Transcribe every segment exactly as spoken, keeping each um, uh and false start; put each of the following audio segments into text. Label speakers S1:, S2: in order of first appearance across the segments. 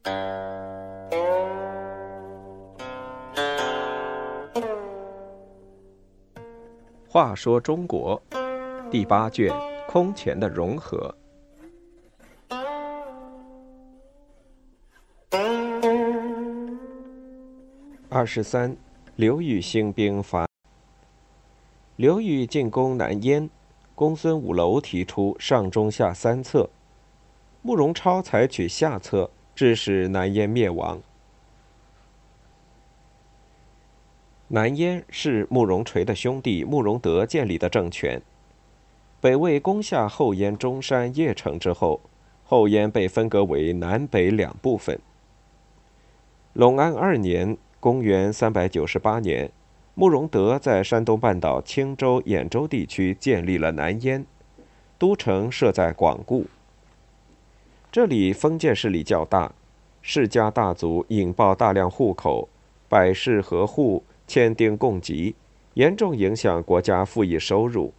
S1: 话说中国第八卷空前的融合。二十三，刘裕兴兵伐。刘裕进攻南燕，公孙五楼提出上中下三策，慕容超采取下策，致使南燕灭亡。南燕是慕容垂的兄弟慕容德建立的政权。北魏攻下后燕中山、邺城之后，后燕被分割为南北两部分。隆安二年，公元三百九十八年，慕容德在山东半岛青州、兖州地区建立了南燕，都城设在广固。这里封建势力较大，世家大族引爆大量户口，百事合户，签订供给，严重影响国家赋役收入。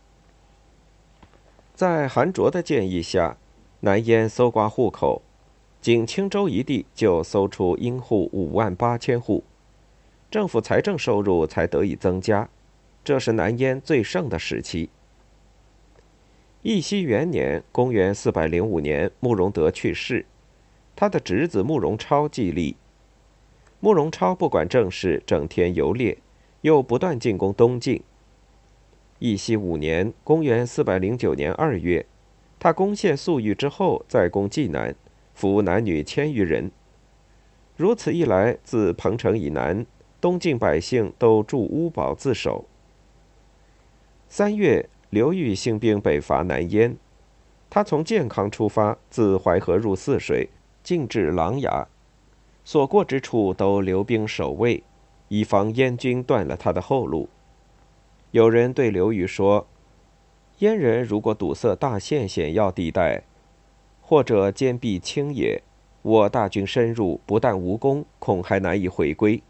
S1: 在韩卓的建议下，南燕搜刮户口，仅青州一地就搜出阴户五万八千户，政府财政收入才得以增加，这是南燕最盛的时期。义熙元年，公元四百零五年，慕容德去世，他的侄子慕容超继立。慕容超不管政事，整天游猎，又不断进攻东晋。义熙五年，公元四百零九年二月，他攻陷粟裕之后，再攻济南，俘男女千余人。如此一来，自彭城以南，东晋百姓都筑屋堡自守。三月，刘裕兴兵北伐南燕，他从建康出发，自淮河入泗水，进至琅琊，所过之处都留兵守卫，以防燕军断了他的后路。有人对刘裕说，燕人如果堵塞大县险要地带，或者坚壁清野，我大军深入，不但无功，恐还难以回归。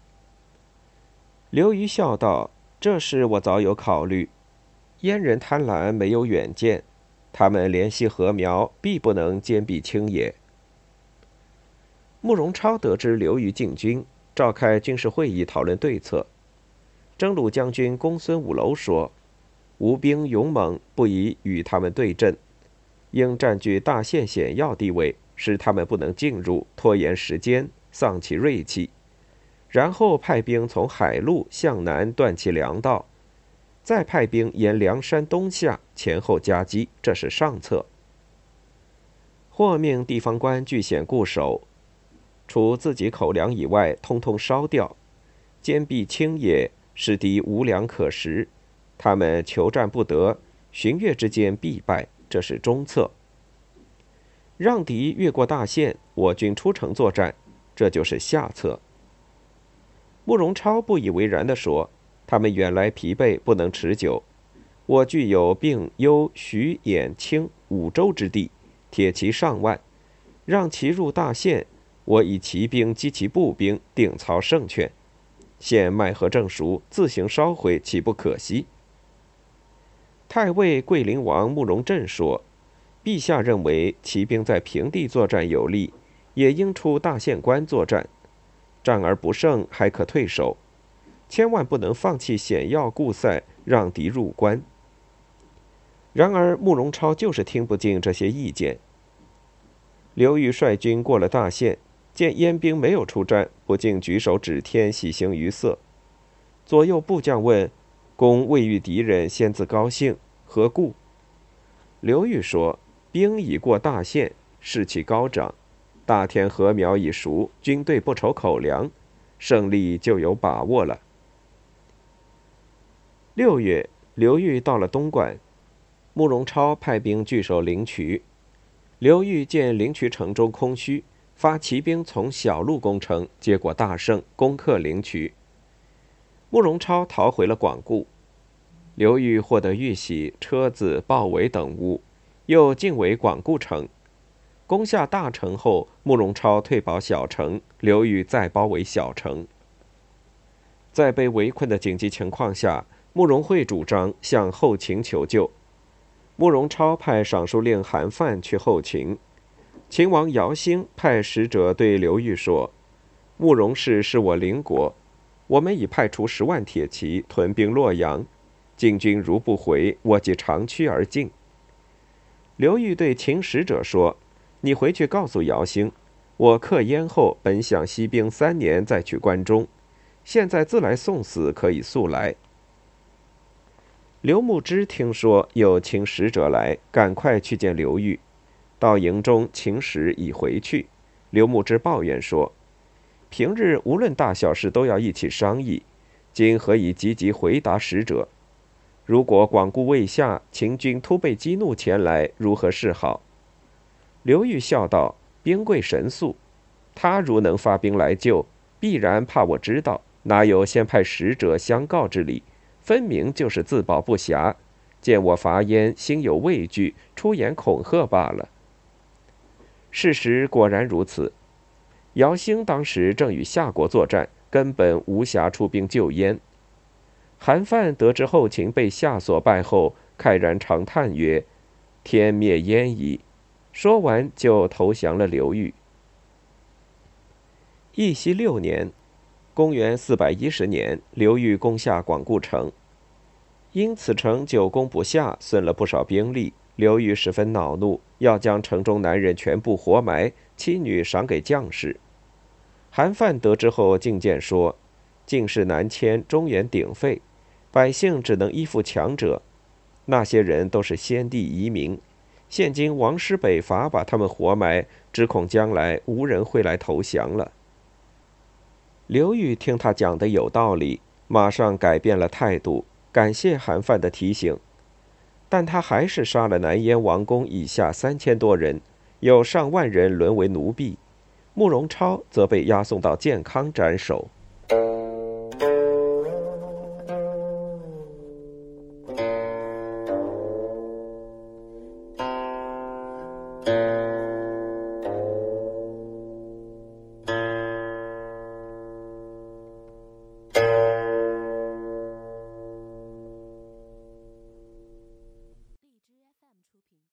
S1: 刘裕笑道，这事我早有考虑，燕人贪婪，没有远见，他们怜惜禾苗，必不能坚壁清野。慕容超得知刘裕进军，召开军事会议讨论对策。征虏将军公孙五楼说，吴兵勇猛，不宜与他们对阵，应占据大县险要地位，使他们不能进入，拖延时间，丧其锐气，然后派兵从海路向南断其粮道，再派兵沿梁山东下，前后夹击，这是上策。或命地方官据险固守，除自己口粮以外，通通烧掉，坚壁清野，使敌无粮可食，他们求战不得，旬月之间必败，这是中策。让敌越过大县，我军出城作战，这就是下策。慕容超不以为然地说，他们远来疲惫，不能持久，我具有并幽徐兖青五州之地，铁骑上万，让其入大县，我以骑兵击其步兵，定操胜券。现麦禾正熟，自行烧毁，岂不可惜？太尉桂林王慕容振说，陛下认为骑兵在平地作战有利，也应出大县关作战，战而不胜，还可退守，千万不能放弃险要固塞，让敌入关。然而慕容超就是听不进这些意见。刘裕率军过了大县，见燕兵没有出战，不禁举手指天，喜形于色。左右部将问，公未遇敌人，先自高兴，何故？刘裕说，兵已过大县，士气高涨，大田禾苗已熟，军队不愁口粮，胜利就有把握了。六月，刘裕到了东莞，慕容超派兵据守灵渠。刘裕见灵渠城中空虚，发骑兵从小路攻城，结果大胜，攻克灵渠。慕容超逃回了广固。刘裕获得玉玺、车子、豹尾等物，又进围广固城。攻下大城后，慕容超退保小城，刘裕再包围小城。在被围困的紧急情况下，慕容慧主张向后秦求救。慕容超派尚书令韩范去后秦， 秦王姚兴派使者对刘裕说：“慕容氏是我邻国，我们已派出十万铁骑屯兵洛阳，晋军如不回，我即长驱而进。”刘裕对秦使者说：“你回去告诉姚兴，我克燕后本想息兵三年再去关中，现在自来送死，可以速来。”刘牧之听说有秦使者来，赶快去见刘裕。到营中，秦使已回去。刘牧之抱怨说：“平日无论大小事都要一起商议，今何以急急回答使者？如果广固未下，秦军突被激怒前来，如何是好？”刘裕笑道：“兵贵神速，他如能发兵来救，必然怕我知道，哪有先派使者相告之理？分明就是自保不暇，见我伐燕，心有畏惧，出言恐吓罢了。”事实果然如此。姚兴当时正与夏国作战，根本无暇出兵救燕。韩范得知后秦被夏所败后，慨然长叹曰：“天灭燕矣！”说完就投降了刘裕。义熙六年，公元四百一十年，刘裕攻下广固城。因此城久攻不下，损了不少兵力。刘裕十分恼怒，要将城中男人全部活埋，妻女赏给将士。韩范得知后进谏说：“进士南迁，中原鼎沸，百姓只能依附强者。那些人都是先帝遗民，现今王师北伐，把他们活埋，只恐将来无人会来投降了。”刘裕听他讲的有道理，马上改变了态度，感谢韩范的提醒。但他还是杀了南燕王公以下三千多人，有上万人沦为奴婢。慕容超则被押送到建康斩首。